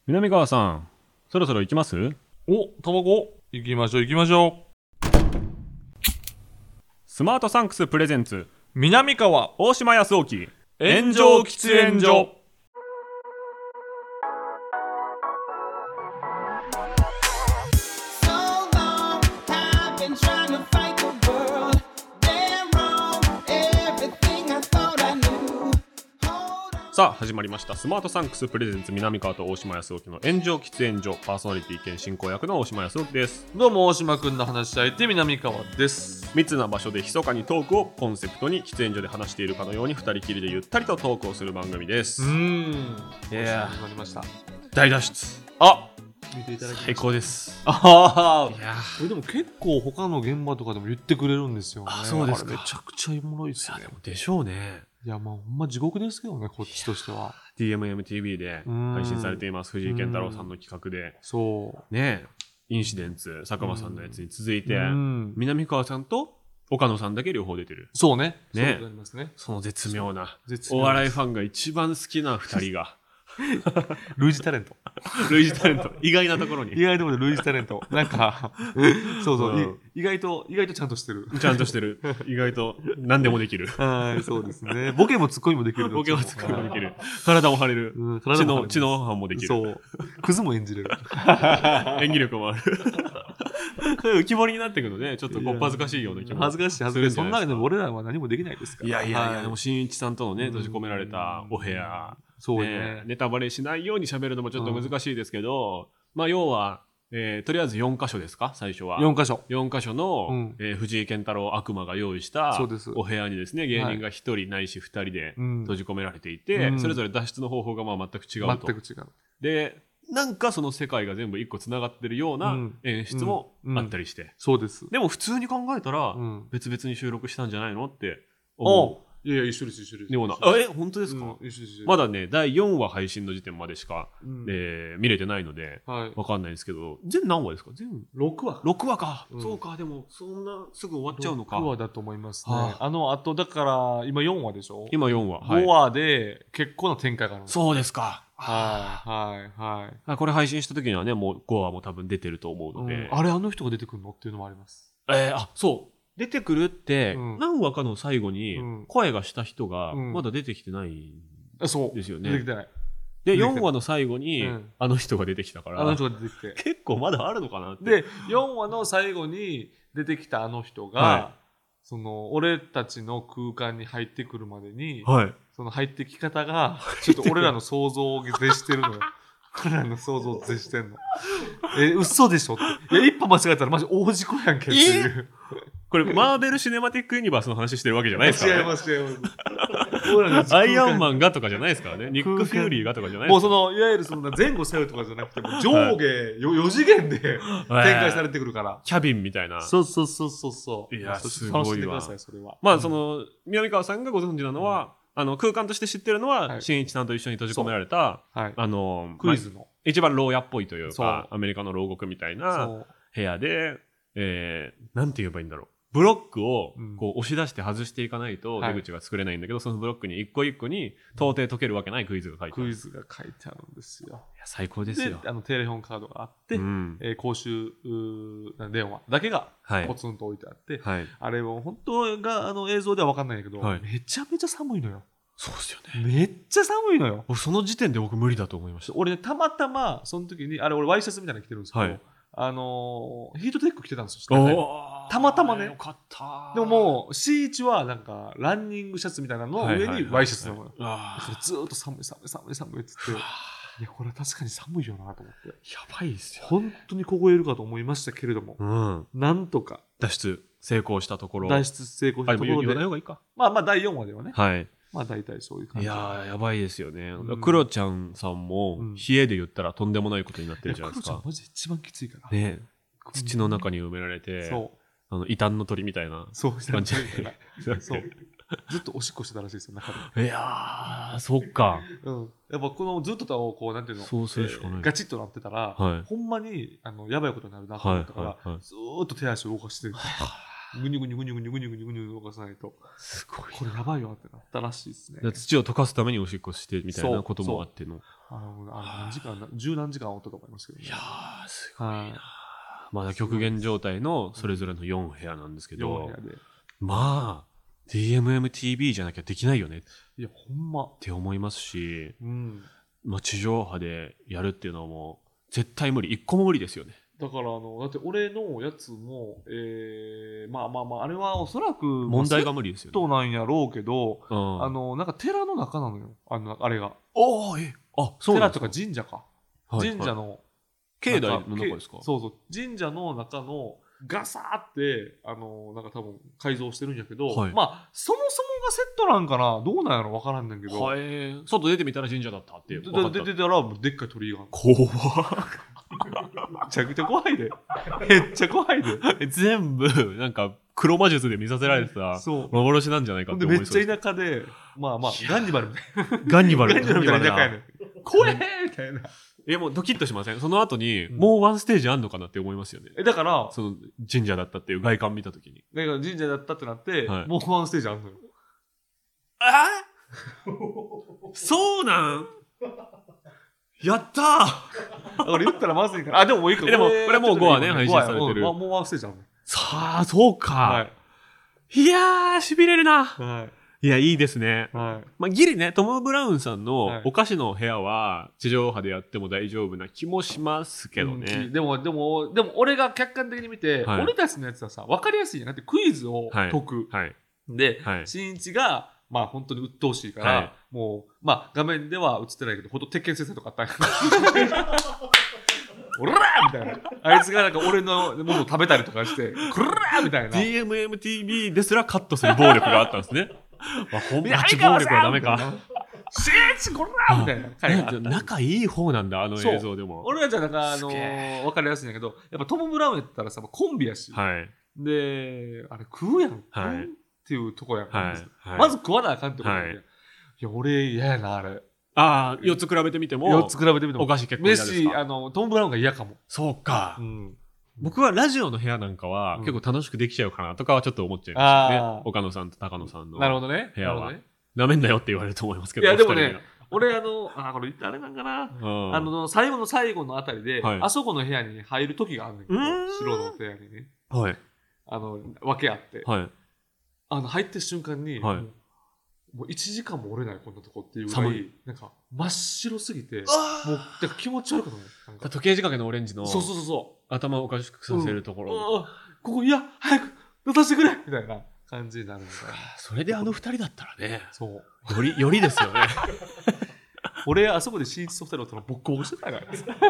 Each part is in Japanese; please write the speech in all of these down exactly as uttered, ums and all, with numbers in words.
南川さん、そろそろ行きます？ お、タバコ行きましょう行きましょスマートサンクスプレゼンツう。南川大島康沖炎上喫煙所。 さあ始まりました。スマートサンクスプレゼンツ南川と大島康沖の炎上喫煙所、パーソナリティ兼進行役の大島康沖です。 どうも大島くんの話し相手南川です。 密な場所で密かにトークをコンセプトに喫煙所で話しているかのように二人きりでゆったりとトークをする番組です。 うーん。 いやー始まりました。 大脱出。 あ、見ていただきました。 最高です。 あいやあ。これでも結構他の現場とかでも言ってくれるんですよね。 あ、そうですか。 あれめちゃくちゃおもろいですよね。 でしょうね。 いやまあほんま地獄ですけどね、こっちとしては。 ティーエムエムティーブイ で配信されています藤井健太郎さんの企画で、 そうねえ、インシデンツ佐久間さんのやつに続いて、 うん、 南川さんと岡野さんだけ両方出てる。 そうね。 ね、 そうなりますね。 その絶妙な絶妙お笑いファンが一番好きなふたりが類似タレント。 類似タレント、意外なところに意外なところで類似タレント。なんかそうそう、 うんい意外と意外とちゃんとしてる。 ちゃんとしてる。意外と何でもできる。 はい、そうですね。ボケもツッコミもできる。 ボケもツッコミもできる。体も張れる。 うん、 知体も張れる能知能犯もできる。 そう。クズも演じれる。 演技力もある。そういう浮き彫りになっていくので、ちょっとこう恥ずかしいような気も恥ずかしい恥ずかしい。そんな中でも俺らは何もできないですから。 いやいやいや、 はいでも新一さんとのね閉じ込められたお部屋、 そうねね、ネタバレしないように喋るのもちょっと難しいですけど、まあ要は、えー、とりあえずよんかしょですか、最初はよんかしょよんかしょの、 うんえー、藤井健太郎悪魔が用意したそうですお部屋にですね、芸人がひとりないしふたりでうん閉じ込められていて、 うんそれぞれ脱出の方法がまあ全く違うと。 全く違う。 でなんかその世界が全部一個つながってるようなうん演出もあったりして、 うんうんそうです。 でも普通に考えたらうん別々に収録したんじゃないのって思ういやいや、一緒です、一緒です。 ような。あ、え、本当ですか？ うん、一緒です。 まだね、だいよんわ配信の時点までしか、 うんえー見れてないので、 はい。 わかんないですけど、全何話ですか？全ろくわ。 ろくわか、 うんそうか、でも、そんなすぐ終わっちゃうのか。 ろくわだと思いますね。 はああの、あと、だから、今よんわでしょ？ 今よんわ。はい。 ごわで結構な展開があるんです。 そうですか。 はい、はい、はい。 あ、これ配信した時にはね、もうごわも多分出てると思うので。 うんあれ、あの人が出てくるのっていうのもあります。 えーあ、そう。出てくるって、 うん何話かの最後にうん声がした人がうんまだ出てきてないあそう。 ですよね。 出てきてない。 で、 出てきてないよんわの最後に、 うんあの人が出てきたから、 あの人が出てきて。 結構まだあるのかなって。 で、よんわの最後に出てきたあの人が、 はその、俺たちの空間に入ってくるまでに、 はい。 その入ってき方が、ちょっと俺らの想像を絶してるのよ。俺らの想像を絶してんの。え、嘘でしょって。いや、一歩間違えたらマジ大事故やんけっていう。 これ、マーベル・シネマティック・ユニバースの話してるわけじゃないですからね。 違います、違います。俺らのアイアンンマンがとかじゃないですからね。ニック・フューリーがとかじゃないですもうその、いわゆるその前後左右とかじゃなくて、もう上下よよ次元で展開されてくるから。 キャビンみたいな。 そうそうそうそうそう。 いやちょっとすごいわ楽しんでください、それは。 まあ、その、南川さんがご存知なのは、あの、空間として知ってるのは、 はい新一さんと一緒に閉じ込められた、 はい。 あの、 クイズの。 まあ一番牢屋っぽいというそうか、アメリカの牢獄みたいなそう。 部屋で、えー、なんて言えばいいんだろう。ブロックをうんこう押し出して外していかないとはい出口が作れないんだけど、そのブロックに一個一個に到底解けるわけないクイズが書いてある。いクイズが書いてあるんですよ。 や、最高ですでよ。、 あの、テレフォンカードがあって、 うん、 えー公衆うー電話だけがはいポツンと置いてあって、 はい。 あれも本当があの映像では分かんないんだけど、 はいめちゃめちゃ寒いのよ。 そうですよね。 めっちゃ寒いのよ。 僕その時点で僕無理だと思いました。 俺ね、たまたまその時に、あれ俺ワイシャツみたいなの着てるんですけど、 はいあのーヒートテック着てたんですよ。中におたまたまねよかった。 でももう シーワン はなんかランニングシャツみたいなのの上にワイシャツなのよ。 あだからずーっと寒い寒い寒い寒いっつって、いやこれは確かに寒いよなと思って。 やばいですよ。 本当に凍えるかと思いましたけれども、 うん。 なんとか脱出成功したところ。 脱出成功しあ、でも言たところで、 わない方がいいか。 まあまあだいよんわではね、 はい。 まあ大体そういう感いじ。 やー、やばいですよね。 うんクロちゃんさんも、 うん冷えで言ったらとんでもないことになってるじゃないですかいやクロちゃん。マジで一番きついから。 ね、土の中に埋められて、 そう。 あの異端の鳥みたいなそう感じ。 そう。ずっとおしっこしてたらしいですよ、中で。 いやー、そっか。 うん。やっぱこのずっとこう、なんていうの、 そうするしかないえーガチッとなってたら、 はいほんまに、あの、やばいことになるなと思ったから、 はいはいはいずーっと手足を動かしてる。 ぐにゅぐにゅぐにゅぐにゅぐにゅぐにゅぐにゅ動かさないとすごい。 これやばいよってなったらしいですね。 土を溶かすためにおしっこしてみたいなこともあっての。 あのあの何時間十何時間おったと思いますけど、ね、 いやーすごいな、 はい、 まだ極限状態のそれぞれのよん部屋なんですけど、 よん部屋でまあ ディーエムエムティービー じゃなきゃできないよねいやほんまって思いますし、 うん、 まあ、地上波でやるっていうのはもう絶対無理、一個も無理ですよね。 だからあのだって俺のやつも、えー、まあまあまああれはおそらく問題が無理ですよね。 そうなんやろうけど、 うん、 あのなんか寺の中なのよ、あのあれが。 おーえあそうなんですか。 寺とか神社か、 はい、 神社の、 はい、境内の中ですか。 そうそう神社の中のガサーってあのなんか多分改造してるんやけど、はい、まあそもそもがセットなんかなどうなんやろ分からんねんけど、 はい、外出てみたら神社だったって分かった。 出てたらもうでっかい鳥居が怖っめちゃくちゃ怖いでめっちゃ怖いで全部なんか黒魔術で見させられてた幻なんじゃないかって思いそうです。 めっちゃ田舎でまあまあガンニバルみたいなガンニバルガンニバルみたいな田舎やねん怖えみたいな。 えもうドキッとしません？その後に、うん、もうワンステージあんのかなって思いますよね。 えだからその神社だったっていう外観見たときに、 だから神社だったってなって、はい、もうワンステージあんのよ。 あそうなんやったーこれ言ったらまずいから。あでももういいか。 でもこれもうごわね配信されてる。 もうワンステージあんの。 さあそうか、はい、いやーしびれるな、はいいや、いいですね。はい。まあ、ギリね、トム・ブラウンさんのお菓子の部屋は地上波でやっても大丈夫な気もしますけどね。 うん、でも、でも、でも俺が客観的に見て、はい、俺たちのやつはさ、分かりやすいじゃなくてクイズを解く。はい。はい、で、はい、新一が、まあ本当に鬱陶しいから、はい、もう、まあ画面では映ってないけど、ほんと鉄拳先生とかあったんや。おらーみたいな。あいつがなんか俺のものを食べたりとかして、くらーみたいな。 ディーエムエムティービー ですらカットする暴力があったんですね。まあ、本町暴力はダメか。 シーチこらーみたいな彼が。仲いい方なんだ、あの映像でも。 俺はじゃあなんか、あのー、分かりやすいんだけど、やっぱトム・ブラウンやったらさ、コンビやし。はい、で、あれ食うやん。はい、っていうとこやん。はいはい、まず食わなあかんってことやん。はい、いや、俺嫌やな、あれ。 ああ、よっつ比べてみても。 よっつ比べてみても。 お菓子結構嫌ですか。 メッシ、あの、トム・ブラウンが嫌かも。 そうか。うん僕はラジオの部屋なんかは結構楽しくできちゃうかなとかはちょっと思っちゃいますよね、うん、岡野さんと高野さんの部屋は。なるほどね。なめんなよって言われると思いますけど。 いやでもね、俺あのあこれあれなんかな、うん、あの最後の最後のあたりで、はい、あそこの部屋に入る時があるんだけど、白の部屋にね、はい、あの分けあって、はい、あの入ってる瞬間に、はい、もういちじかんも折れないこんなとこっていうぐらいなんか真っ白すぎてもうなんか気持ち悪くなる。 時計仕掛けのオレンジのそうそうそうそう頭をおかしくさせるところ、 うん、ここいや早く出させてくれみたいな感じになるみたいな。 それであの二人だったらね、そうよりよりですよね。 俺あそこで新一と二人だったらボッコボコしてたから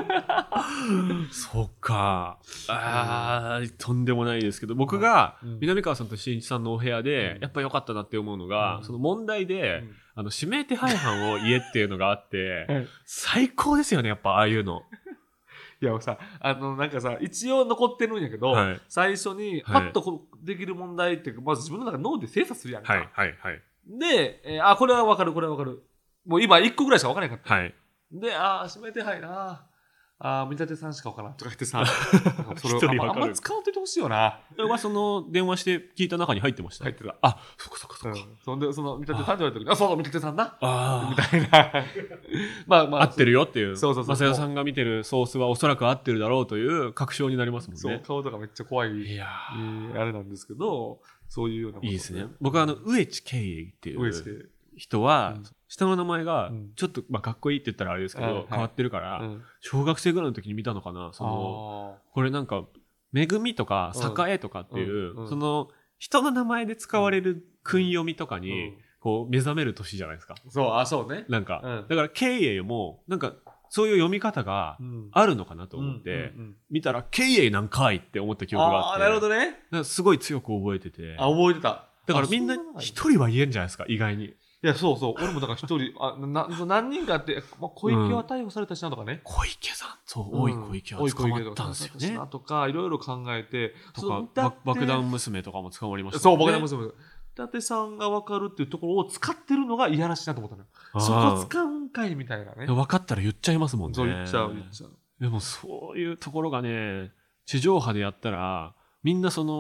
そっかあ、うん、とんでもないですけど僕が南川さんと新一さんのお部屋でやっぱ良かったなって思うのが、うん、その問題で、うん、あの指名手配犯を言えっていうのがあって、はい、最高ですよねやっぱああいうの。 いやさあのなんかさ一応残ってるんやけど、はい、最初にパッとこできる問題っていうか、まず自分の中で脳で精査するやんか。はいはいはい、で、えー、あこれは分かるこれは分かるもう今いっこぐらいしか分からなかった。はい、であ指名手配なあ見立てさんしか分からんとか言ってさそれをあんま、あんま使うといてほしいよな。 まあその電話して聞いた中に入ってました。 入ってた。 あそっかそっかそっか、うん、 そんでその見立てさんって言われた時にあそう見立てさんなあみたいなまあまあ合ってるよっていうそうそうそう正代さんが見てるソースはおそらく合ってるだろうという確証になりますもんね。 そう顔とかめっちゃ怖いいや、えー、あれなんですけどそういうようなこと、ね、 いいですね。僕はあの上地圭英っていう人は、うん、下の名前がちょっと、まあ、かっこいいって言ったらあれですけど、うん、変わってるから、うん、小学生ぐらいの時に見たのかなそのこれなんかめぐみとか栄とかっていう、うん、その人の名前で使われる訓読みとかに、こう目覚める年じゃないですか。 そうあそうねなんか、だから圭英もなんかそういう読み方があるのかなと思って、うんうんうん、見たら圭英なんかいって思った記憶があって、 あなるほどね。 すごい強く覚えてて、 あ覚えてた。 だからみんな一人は言えんじゃないですか意外に。 いやそうそう俺もだから一人あな何人かって、まあ、小池は逮捕されたしなとかね、うん、 小池さんそう大井小池は捕まったんですよね、 うん、とかいろいろ考えてとか爆弾娘とかも捕まりましたね。 そう爆弾娘伊達さんが分かるっていうところを使ってるのがいやらしいなと思ったのよ。そこ使うんかいみたいなね。 分かったら言っちゃいますもんね。 そう言っちゃう言っちゃう。 でもそういうところがね地上波でやったらみんなその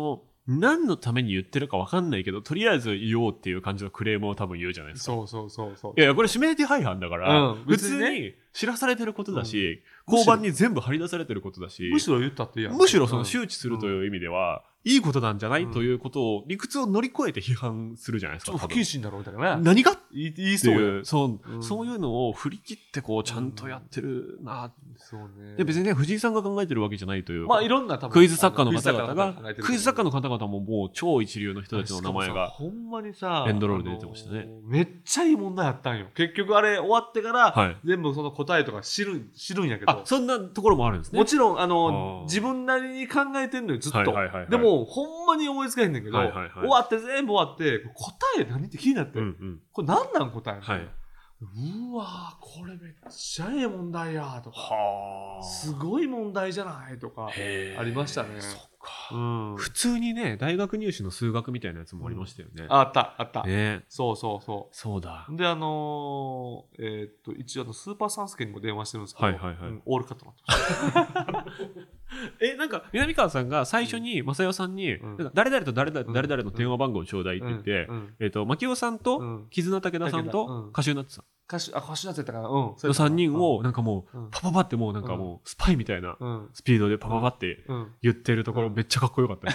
何のために言ってるか分かんないけどとりあえず言おうっていう感じのクレームを多分言うじゃないですか。 そうそうそうそう。 いやいやこれ指名手配犯だから、うん、普通に知らされてることだし、うん、交番に全部張り出されてることだし、 むしろ言ったっていいやん。 むしろその周知するという意味では、うん、いいことなんじゃない、うん、ということを理屈を乗り越えて批判するじゃないですか。 不謹慎だろうみたいなね。 何が言い言いそういうそう、うん、そういうのを振り切ってこうちゃんとやってるな、うん、 そうね。 で別にね藤井さんが考えてるわけじゃないというか、 まあいろんな多分クイズ作家の方々がクイズ作家の方々ももう超一流の人たちの名前がほんまにさエンドロールで出てましたね。 めっちゃいい問題あったんよ。結局あれ終わってから、はい、全部その答えとか知る知るんやけど。 あそんなところもあるんですね。 もちろんあの自分なりに考えてんのよずっと、はいはいはいはい、でもほんまに思いつかへんねんけど、はいはいはい、終わって全部終わって答え何って気になって、うんうん、これ何なん答え、はい、うわこれめっちゃええ問題やとかすごい問題じゃないとかありましたね。 そっか、うん、普通にね大学入試の数学みたいなやつもありましたよね、 うん、あったあった、 ね、 そうそうそうそうだ。 であのー、えー、っと一応のスーパーサンスケにも電話してるんですけど、はいはいはい、うん、オールカットになってましたえなんか南川さんが最初に正代さんに、うん、なんか誰々と誰々と誰々の電話番号をちょうだいって言って、うんうん、えー、と牧雄さんと絆武田さんとカシューナッツさん、 カシュあカシューナッツやったかな、うん、 のさんにんをなんかもう、うん、パパパってもうなんかもうスパイみたいなスピードでパパパって言ってるところめっちゃかっこよかったです、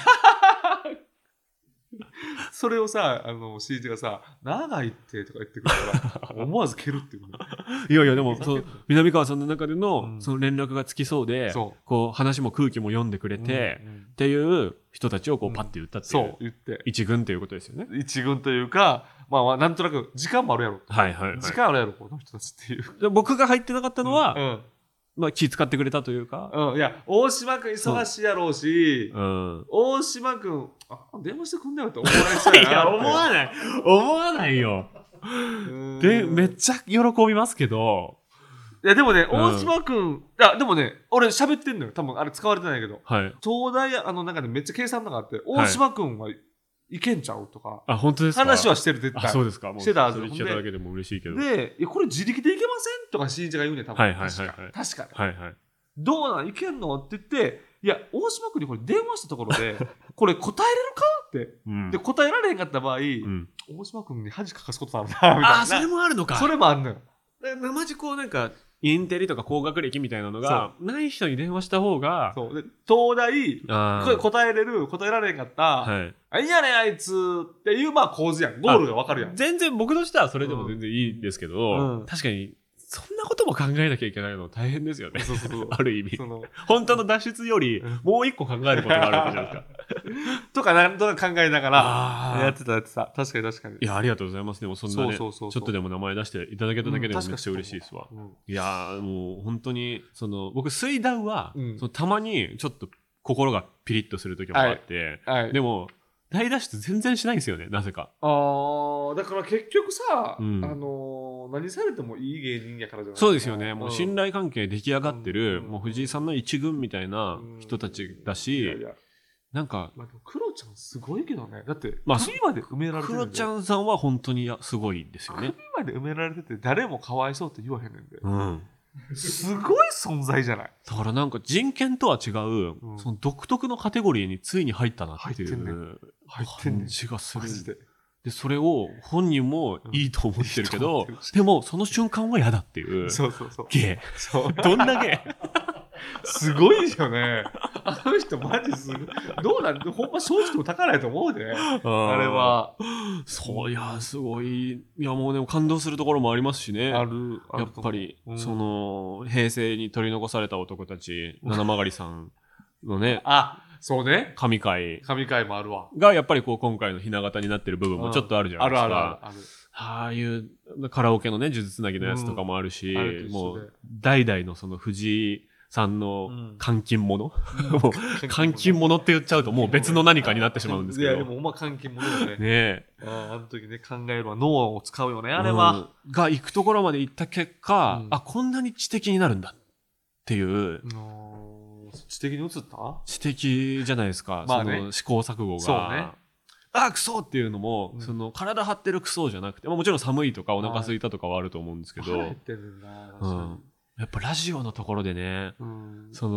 それをさあのシージがさ長いってとか言ってくるから思わず蹴るっていういやいやでもそう南川さんの中での、うん、その連絡がつきそうでこう話も空気も読んでくれて、うんうん、っていう人たちをこうパッて言ったっていう、うん、そう言って一軍ということですよね。 一軍というかまあなんとなく時間もあるやろ、はいはいはい、時間あるやろこの人たちっていうで僕が入ってなかったのは、うんうんまあ、気使ってくれたというか、 うん、いや大島君忙しいやろうし、うん、大島君あ電話してくんなよって思われちゃういや思わない思わないよでめっちゃ喜びますけどいやでもね、うん、大島君いやでもね俺喋ってんのよ多分あれ使われてないけど、はい、東大あの中でめっちゃ計算とかあって大島君はいけんちゃうとか、 あ本当ですか話はしてる絶対あそうですかもうしてたそれ聞いただけでも嬉しいけどでいやこれ自力でいけませんとか新一が言うね多分、はいはいはいはい、確かに、はいはい、どうなんいけんのって言っていや大島君にこれ電話したところでこれ答えれるかって、うん、で答えられへんかった場合、うん、大島君に恥かかすことあるなみたいなあそれもあるのかそれもあるのよ生地こうなんかインテリとか高学歴みたいなのがない人に電話した方がそうで東大これ答えれる答えられへんかった、はい、あいいやねあいつっていうまあ構図やんゴールが分かるやん全然僕としてはそれでも全然いいんですけど、うん、確かにそんなことも考えなきゃいけないの大変ですよね。そうそうそうある意味その本当の脱出よりもう一個考えることがあるわけじゃないですかとかなんとなく考えながらやってたやってた確かに確かにいやありがとうございます。でもそんなねちょっとでも名前出していただけただけでもめっちゃ嬉しいですわ、うん、いやもう本当にその僕水ダウは、うん、そのたまにちょっと心がピリッとする時もあって、はいはい、でも大脱出全然しないんですよねなぜか。 あだから結局さ、うん、あのー、何されてもいい芸人やからじゃない。 そうですよね、うん、もう信頼関係出来上がってる、うん、もう藤井さんの一軍みたいな人たちだし、うん、いやいやなんか、 まあ、クロちゃんすごいけどねだってまあ首まで埋められてるんでクロちゃんさんは本当にすごいですよね。 首まで埋められてて誰もかわいそうって言わへんねんで、うんすごい存在じゃない。 だからなんか人権とは違う、うん、その独特のカテゴリーについに入ったなっていう感じがする。で, でそれを本人もいいと思ってるけど、うん、でもその瞬間は嫌だっていう。そうそうそう。ゲー。そうどんなゲーすごいよね。あの人マジすごい。どうなんほんま正直も高ないと思うで、ね、あれは。 そういやすごいいやもうでも感動するところもありますしね。 あるあるやっぱり、うん、その平成に取り残された男たち七曲さんのねあそうね神回神回もあるわがやっぱりこう今回のひな形になってる部分もちょっとあるじゃないですか。 あるあるあるある。 ああいうカラオケのね数珠つなぎのやつとかもあるし、うん、もう代々のその藤井さんの監禁者、うん、もう監禁者って言っちゃうともう別の何かになってしまうんですけど。 いやでもほんま監禁者よね。ねえ。ああの時ね考えるは脳を使うよねあれは、 うん、が行くところまで行った結果、うん、あこんなに知的になるんだっていう。うん知的に映った知的じゃないですか、まあね、その試行錯誤が。そうね。あクソっていうのも、うん、その体張ってるクソじゃなくて、まあ、もちろん寒いとかお腹空いたとかはあると思うんですけど、 腹減ってるんだ、 うん、やっぱラジオのところでね、うん、その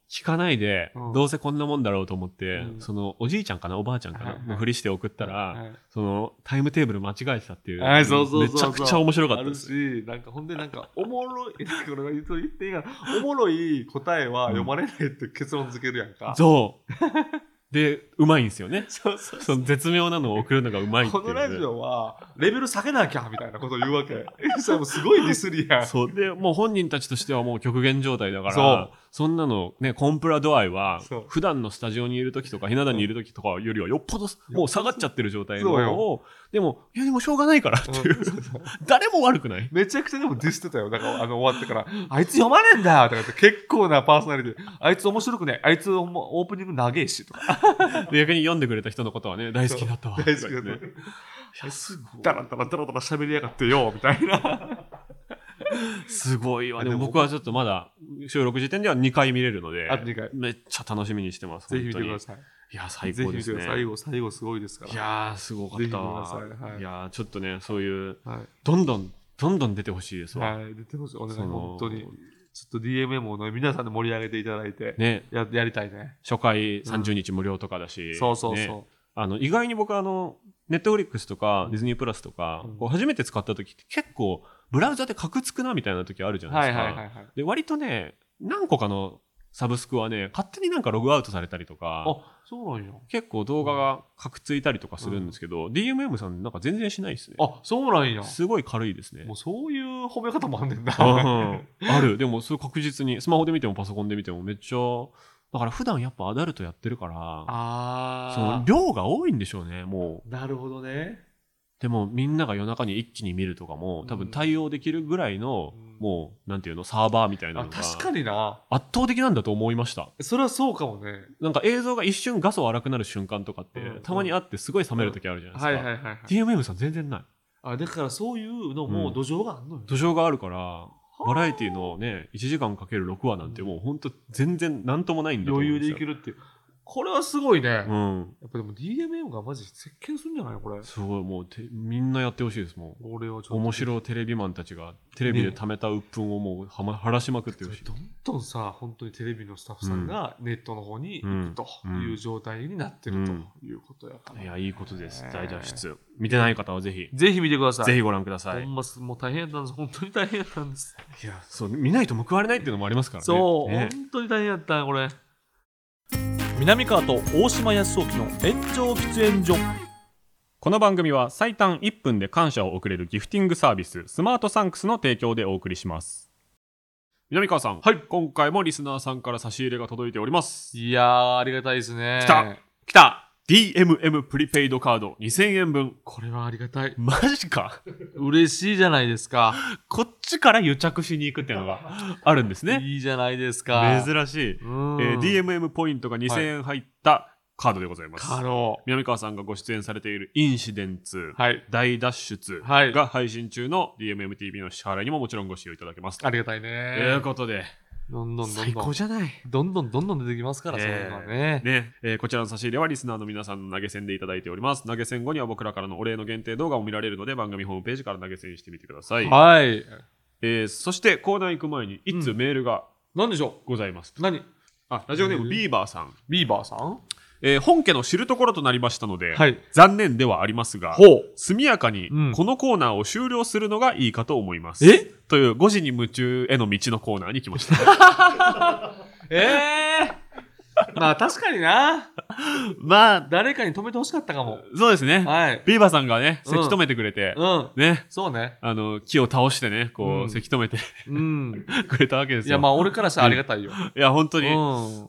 聞かないで、うん、どうせこんなもんだろうと思って、うん、そのおじいちゃんかなおばあちゃんかな、はいはい、のふりして送ったら、はい、そのタイムテーブル間違えてたっていう、 はい、そうそうそうそう、 めちゃくちゃ面白かったです。 あるし、なんかほんでなんかおもろいなんかこれ言っていいかな、おもろい答えは読まれないって結論付けるやんか。 そうでうまいんですよね。そうそうそう、その絶妙なのを送るのがうまいっていう。 このラジオはレベル下げなきゃみたいなことを言うわけ。それもすごいディスりやん。 そうでもう本人たちとしてはもう極限状態だから、そ, そんなのねコンプラ度合いは普段のスタジオにいる時とかひな壇にいる時とかよりはよっぽどもう下がっちゃってる状態のを、でもいやでもしょうがないからっていう、うん、誰も悪くない。 めちゃくちゃでもディスってたよ。だからあの終わってからあいつ読まねえんだよとかって結構なパーソナリティで、あいつ面白くね、あいつオープニング長えしとかで逆に読んでくれた人のことはね大好きだったわ大好きだった、ね、いやすごいダラダラダラダラ喋りやがってよみたいなすごいわ。でも僕はちょっとまだ収録時点ではにかい見れるので、 あとにかいめっちゃ楽しみにしてます。 ぜひ見てください。 いや最高ですね。 最後最後すごいですから。 いやすごかったわ。はい、いやちょっとねそういう、はい、どんどんどんどん出てほしいですわ。 はい、出てほしい。お願い本当に。ちょっと ディーエムエム を、ね、皆さんで盛り上げていただいて、ね、や, やりたいね。 初回さんじゅうにち無料とかだし、 うん、そうそうそう。 ね、あの意外に僕あのネットフリックスとかディズニープラスとか、うん、こう初めて使った時って結構ブラウザでカクつくなみたいな時あるじゃないですか。はいはいはいはい、で割とね何個かのサブスクはね勝手になんかログアウトされたりとか、 あそうなんや、 結構動画がカクついたりとかするんですけど、うん、ディーエムエム さんなんか全然しないですね。 あそうなんや。 すごい軽いですね。 もうそういう褒め方もあんねんな。 ある。でもそれ確実にスマホで見てもパソコンで見てもめっちゃだから普段やっぱアダルトやってるから、 あその量が多いんでしょうね。もうなるほどね。 でもみんなが夜中に一気に見るとかも多分対応できるぐらいの、うん、もうなんていうのサーバーみたいなのが確かにな圧倒的なんだと思いました。 それはそうかもね。 なんか映像が一瞬画素荒くなる瞬間とかって、うん、たまにあってすごい冷める時あるじゃないですか。 ディーエムエム さん全然ない。 あだからそういうのも土壌があるのよ、 うん、土壌があるからバラエティのねいちじかんかけるろくわなんてもうほんと全然なんともないんだと思うんですよ。 余裕でいけるっていう。これはすごいね、 うん、 やっぱでも ディーエムエム がマジ席巻するんじゃないこれ。 すごいもうてみんなやってほしいですもん。 俺はちょっと面白テレビマンたちがテレビで貯めた鬱憤をもうは、ま、晴らしまくってほしい。 どんどんさ本当にテレビのスタッフさんがネットの方に行くという状態になってるということやから、 うんうん、いやいいことです。大脱出見てない方はぜひぜひ見てください。 ぜひご覧ください。 ほんまもう大変だったんです。本当に大変だったんです。 いやそう見ないと報われないっていうのもありますからね。 そう、 ね、 本当に大変だったこれ。南川と大島康雄の炎上喫煙所。 この番組は最短いっぷんで感謝を送れるギフティングサービススマートサンクスの提供でお送りします。南川さん、 はい、 今回もリスナーさんから差し入れが届いております。 いやーありがたいですね。 来た来た ディーエムエム プリペイドカードにせんえんぶん。 これはありがたい。 マジか嬉しいじゃないですか。 こっちから癒着しに行くっていうのがあるんですね。 いいじゃないですか。 珍しい、えー、ディーエムエム ポイントがにせんえん入ったカードでございます。 カード南川さんがご出演されているインシデンツ、 はい、 大脱出が配信中の ディーエムエムティーブイ の支払いにももちろんご使用いただけます。 ありがたいね。 ということでどんどんどんどん最高じゃない。 どんどんどんどん出てきますから、えー、そういうのはね。 ね、えー、こちらの差し入れはリスナーの皆さんの投げ銭でいただいております。投げ銭後には僕らからのお礼の限定動画も見られるので番組ホームページから投げ銭してみてください。 はい。 えー、そしてコーナー行く前に一通メールが、 うん、何でしょうございます。 何？ あ、ラジオネームビーバーさん。 ビーバーさん？ えー、本家の知るところとなりましたので、 はい、 残念ではありますが、 ほう速やかにこのコーナーを終了するのがいいかと思います。 え？ というごじに夢中への道のコーナーに来ました。 えー、まあ確かにな。まあ誰かに止めてほしかったかも。 そうですね。 はい。 ビーバーさんがね、せき止めてくれて、 うん、 ね、 そうね。 あの木を倒してね、こう、うん、せき止めて、うん、くれたわけですよ。 いやまあ俺からしたらありがたいよ。 いや本当に、うん、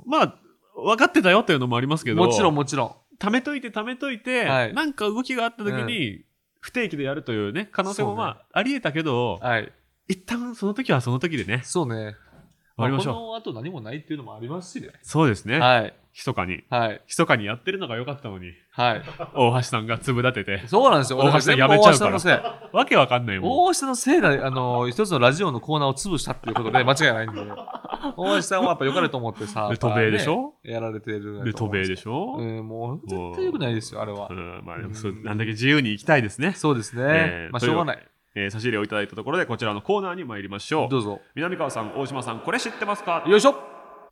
まあ分かってたよっていうのもありますけど、 もちろんもちろん。 貯めといて貯めといて、はい、なんか動きがあった時に、うん、不定期でやるというね可能性もまあ、ね、ありえたけど、はい、一旦その時はその時でね。 そうね。 終わりましょう。 まあ、この後何もないっていうのもありますしね。 そうですね。 はい。 密かに、 はい、 密かにやってるのが良かったのに、 はい、 大橋さんが粒立てて、 そうなんですよ。 大橋さんやめちゃうから、わけわかんないもん。 大橋さんのせいで、あの一つのラジオのコーナーを潰したっていうことで間違いないんで、大橋さんはやっぱ良かれと思ってさ、 で渡米でしょ、 ね、やられてるで渡米でしょ、 うん、もう絶対良くないですよあれは。 うん、まあでもそう、なんだけ自由に生きたいですね。 そうですね。えー、まあしょうがない。 えー、差し入れをいただいたところでこちらのコーナーに参りましょう。 どうぞ。 南川さん、大島さん、これ知ってますか？ よいしょ。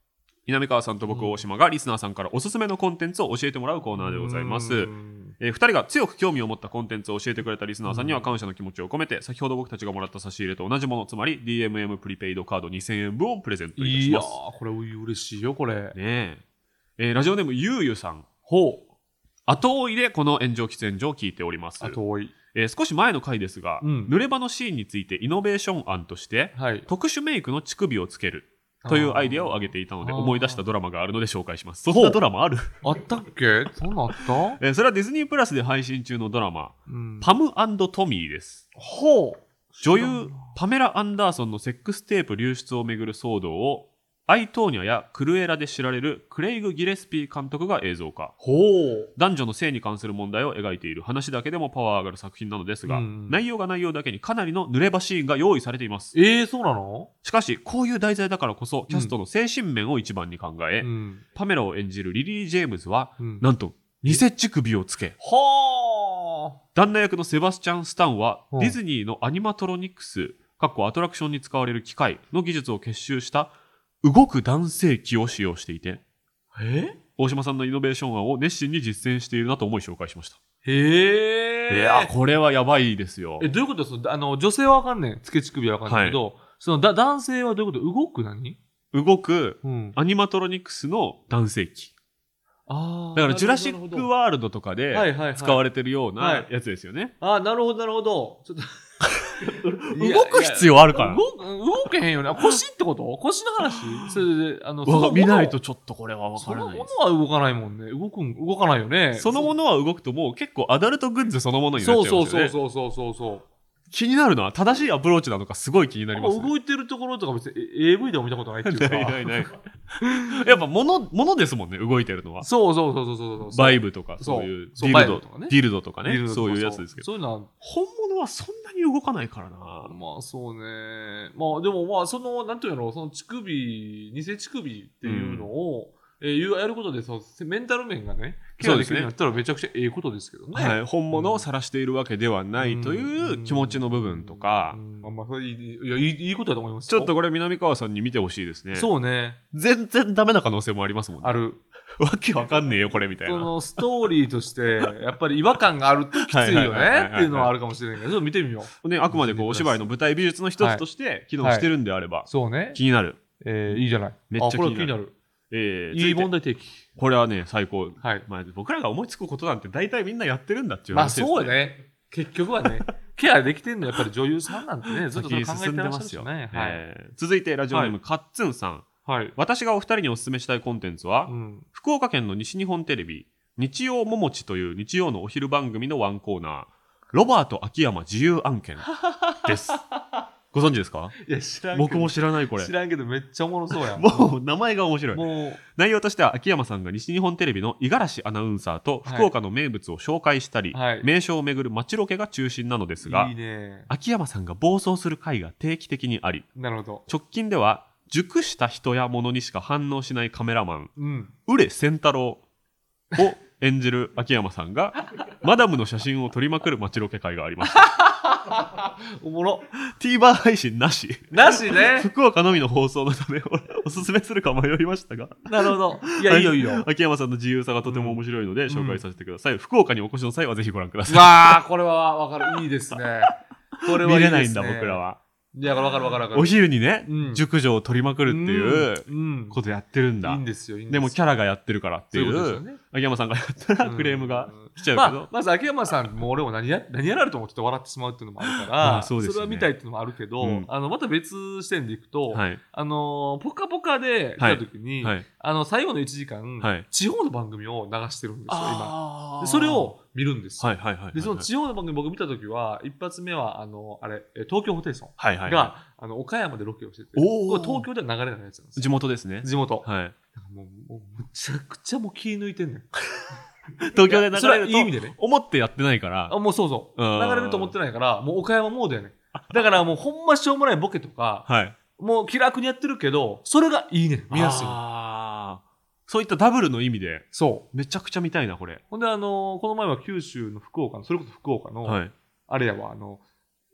南川さんと僕、大島がリスナーさんからおすすめのコンテンツを教えてもらうコーナーでございます。えー、ふたりが強く興味を持ったコンテンツを教えてくれたリスナーさんには感謝の気持ちを込めて、先ほど僕たちがもらった差し入れと同じもの、つまり ディーエムエム プリペイドカードにせんえんぶんをプレゼントいたします。 いやー、これ嬉しいよ、これ。ねえ。えー、ラジオネームゆうゆさん。ほう。後追いでこの炎上喫煙所を聞いております。 後追い。 えー、少し前の回ですが、うん、濡れ場のシーンについてイノベーション案として、はい、特殊メイクの乳首をつけるというアイデアを挙げていたので、思い出したドラマがあるので紹介します。そんなドラマある？ あったっけ？そんなあった？ えー、それはディズニープラスで配信中のドラマ、うん、パム&トミーです。 ほう。 女優パメラ・アンダーソンのセックステープ流出をめぐる騒動をアイトーニャやクルエラで知られるクレイグ・ギレスピー監督が映像化。ほう。男女の性に関する問題を描いている話だけでもパワー上がる作品なのですが、うん、内容が内容だけにかなりの濡れ場シーンが用意されています。 えー、そうなの？ しかしこういう題材だからこそキャストの精神面を一番に考え、うん、パメラを演じるリリー・ジェームズは、うん、なんと偽乳首をつけ、はあ。旦那役のセバスチャン・スタンは、うん、ディズニーのアニマトロニクスアトラクションに使われる機械の技術を結集した動く男性器を使用していて、え大島さんのイノベーション案を熱心に実践しているなと思い紹介しました。へえ。いや、これはやばいですよ。 え、どういうことですか？あの、女性はわかんねん。つけ乳首はわかんないけど、はい、そのだ男性はどういうこと？動く何？ 動く、うん、アニマトロニクスの男性器。あだからジュラシックワールドとかで使われてるようなやつですよね。はいはいはい、ああ、なるほどなるほど。ちょっと動く必要あるから。 動, 動けへんよね。腰ってこと？腰の話？それで、あの、 その見ないとちょっとこれは分からないです。 そのものは動かないもんね。動くん、動かないよね。 そのものは動くともう結構アダルトグッズそのものになっちゃいますよね。 そうそうそうそうそうそう。 気になるのは正しいアプローチなのかすごい気になります、ね。 動いてるところとか別に エーブイ でも見たことないっていうか。 ないないない。やっぱ物、物ですもんね、動いてるのは。 そうそうそうそうそうバイブとか、そういうディルドとかね。ディルドとかね。そういうやつですけど。 そういうのは。 本物はそんなに動かないからな。 まあそうね。まあでもまあその、なんていうの、その乳首、偽乳首っていうのを、うんえー、やることでそのメンタル面がねケアできるようになったらめちゃくちゃええことですけどね、 はい、本物を晒しているわけではないという気持ちの部分とか、 あんまあ、いいいやいいいいことだと思います。 ちょっとこれ南川さんに見てほしいですね。 そうね。 全然ダメな可能性もありますもんね。 ある。 わけわかんねえよこれみたいな。 そのストーリーとしてやっぱり違和感があるときついよねっていうのはあるかもしれないけど、ちょっと見てみよう。 ね、あくまでこうお芝居の舞台美術の一つとして機能してるんであれば、はいはい、そうね。気になる。 えー、いいじゃない。 めっちゃ気になる。 あ、これ気になる。 えー、いい問題提起。 これはね最高、はいまあ、僕らが思いつくことなんて大体みんなやってるんだっていう話ですね。 まあそうね。結局はねケアできてるのやっぱり女優さんなんてねずっと考えてらっしゃるしね、はいえー、続いてラジオネーム、はい、カッツンさん、はい、私がお二人にお勧めしたいコンテンツは、うん、福岡県の西日本テレビ日曜ももちという日曜のお昼番組のワンコーナーロバート秋山自由案件ですご存知ですか？ いや知らんけど僕も知らないこれ。 知らんけどめっちゃおもろそうやん。 もう名前が面白い。もう内容としては秋山さんが西日本テレビの五十嵐アナウンサーと福岡の名物を紹介したり、はい、名所を巡る街ロケが中心なのですが、いいね、秋山さんが暴走する回が定期的にあり、 なるほど。 直近では熟した人や物にしか反応しないカメラマン、うん、浦仙太郎を演じる秋山さんがマダムの写真を撮りまくる街ロケ会がありました。 おもろ。 TVer 配信なしなしね。 福岡のみの放送のためおすすめするか迷いましたがなるほど。いやいいよいいよ。 秋山さんの自由さがとても面白いので紹介させてください、うん、福岡にお越しの際はぜひご覧ください。 わあこれはわかる。いいですね。これはいいですね。 見れないんだ僕らは。 いやわかるわかるわかる。 お昼にね、うん、熟女を取りまくるっていうことやってるんだ、 いいんですよいいんですよ。 でもキャラがやってるからっていう、そういうことですよね。秋山さんがやったらクレームが来ちゃうけど、 まあ、まず秋山さんも俺も何 や, 何やられると思って笑ってしまうっていうのもあるから、まあ そうですね、それは見たいっていうのもあるけど、うん、あのまた別視点でいくと、はい、あのポカポカで来た時に、はいはい、あの最後のいちじかん、はい、地方の番組を流してるんですよ今で。それを見るんですよ。でその地方の番組僕見た時は一発目はあのあれ東京ホテイソンが、はいはいはい、あの岡山でロケをしてて、東京で流れないやつなんですよ。 地元ですね。 地元。はい。もうもうむちゃくちゃもう気抜いてんねん。 東京で流れるといい意味でね。 思ってやってないから。 あもうそうそう。流れると思ってないからもう岡山モードやねん。だからもうほんましょうもないボケとか、はい、もう気楽にやってるけどそれがいいねん見やすい。あそういったダブルの意味でそうめちゃくちゃ見たいなこれ。 ほんであのー、この前は九州の福岡のそれこそ福岡の、はい、あれやわあの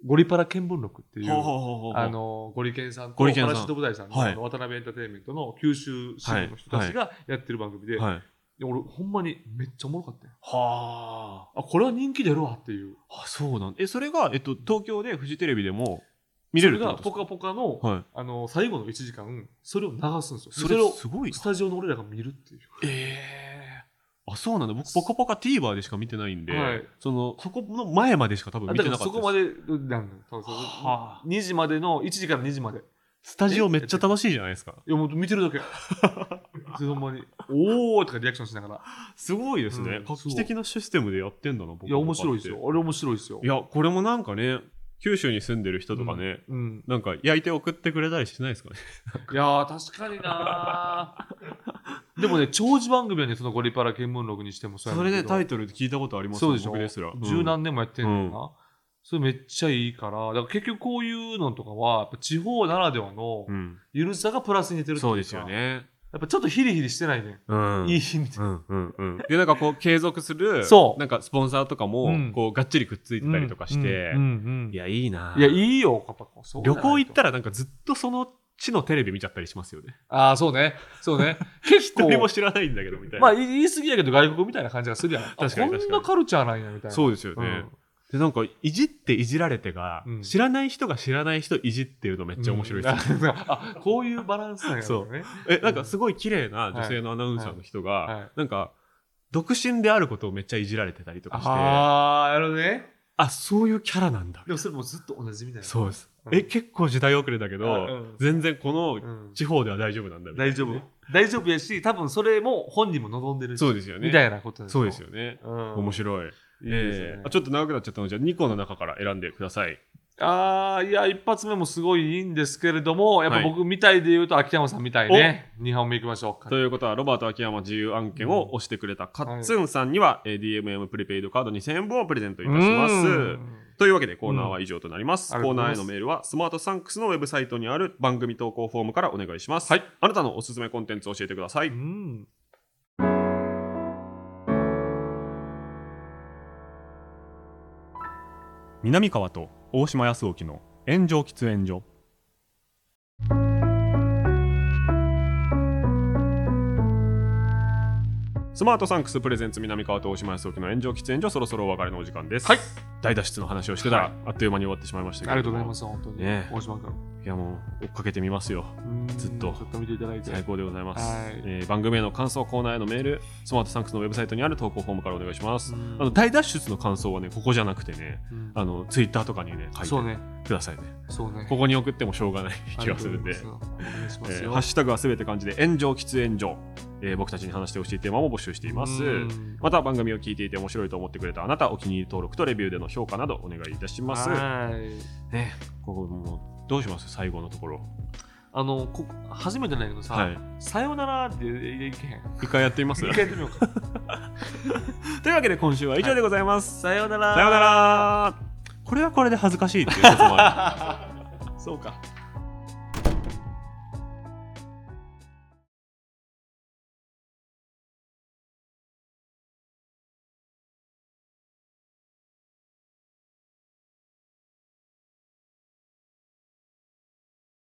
ゴリパラ見聞録っていう、あのゴリケンさんとパラシュート部隊さんの、はい、渡辺エンターテインメントの九州支部の人たちがやってる番組で、はいはい、で俺ほんまにめっちゃおもろかったよ。はあ、これは人気出るわっていう。 あ、そうなん。え、それが、えっと、東京でフジテレビでも見れるってことですか？ それがポカポカの、はい、あの最後のいちじかんそれを流すんですよ。 それをすごいスタジオの俺らが見るっていう。 ええー、あ、そうなんだ。僕ポカポカ TVer でしか見てないんで、はい、そのそこの前までしか多分見てなかったです。 そこまでなんだよ。はあ、にじまでのいちじからにじまで。 スタジオめっちゃ楽しいじゃないですか。 いやもう見てるだけ。ほんまにおーとかリアクションしながら。 すごいですね。うん、画期的なシステムでやってんだな。僕いや面白いですよ。あれ面白いですよ。 いやこれもなんかね。九州に住んでる人とかね、うんうん、なんか焼いて送ってくれたりしないですかね。 いやー確かになでもね長寿番組はねそのゴリパラ見聞録にしてもそれでタイトルで聞いたことあります。 そうでしょ。 僕ですら十何年もやってんのかな、うん、それめっちゃいいからだから結局こういうのとかはやっぱ地方ならではのゆるさがプラスに出てるっていうか、 そうですよね。 やっぱちょっとヒリヒリしてないね、うん、いい意味で、うんうんうん、でなんかこう継続するそうなんかスポンサーとかもこうがっちりくっついてたりとかして、うんうんうんうん、いやいいな。 いやいいよパパ。 旅行行ったらなんかずっとその地のテレビ見ちゃったりしますよね。 ああそうねそうね結構一人も知らないんだけどみたいな。 まあ言い過ぎやけど外国みたいな感じがするやん。確かに確かにこんなカルチャーなんやみたいな。 そうですよね、うんでなんかいじっていじられてが、うん、知らない人が知らない人いじってるとめっちゃ面白いです、 うん、あこういうバランスなんやね。 そうえなんかすごい綺麗な女性のアナウンサーの人が、はいはい、なんか独身であることをめっちゃいじられてたりとかして、 ああなるほどね。 あそういうキャラなんだ。 でもそれもずっと同じみたいな。 そうです、うん、え結構時代遅れだけど、うん、全然この地方では大丈夫なんだみたいな、 大丈夫大丈夫やし多分それも本人も望んでるしそうですよねみたいなことですよ。 そうですよね、うん、面白い。いいですね。えー、ちょっと長くなっちゃったのでじゃあにこの中から選んでください。 あーいや一発目もすごいいいんですけれどもやっぱ僕みたいで言うと秋山さんみたいね、にほんめいきましょうか。 ということはロバート秋山自由案件を押してくれたカッツンさんには、はい、ディーエムエム プリペイドカードにせんえんぶんをプレゼントいたします。というわけでコーナーは以上となります。コーナーへのメールはスマートサンクスのウェブサイトにある番組投稿フォームからお願いします、はい、あなたのおすすめコンテンツを教えてください。うん南川と大島康沖の炎上喫煙所。スマートサンクスプレゼンツ南川と大島康沖の炎上喫煙所、そろそろお別れのお時間です。はい、大脱出の話をしてたら、はい、あっという間に終わってしまいましたけど。 ありがとうございます本当に、ね、大島君。 いやもう追っかけてみますよ。ずっとちょっと見ていただいて最高でございます、はいえー、番組への感想コーナーへのメールスマートサンクスのウェブサイトにある投稿フォームからお願いします。あの大脱出の感想はねここじゃなくてね、あのツイッターとかにね書いてくださいね。 そうね、 ここに送ってもしょうがない気がするんで、えー、ハッシュタグはすべて漢字で炎上喫煙所、えー、僕たちに話してほしいテーマも募集しています。また番組を聞いていて面白いと思ってくれたあなたお気に入り登録とレビューでの評価などお願いいたします。はいね、ここもうどうします最後のところ。 あのこ初めてなんだけどさ、はい、さよならっていけへん。 一回やってみます。 一回やってみようか。 というわけで今週は以上でございます。 はい、さよなら。 さよなら。これはこれで恥ずかしいっていうこともある。 そうか。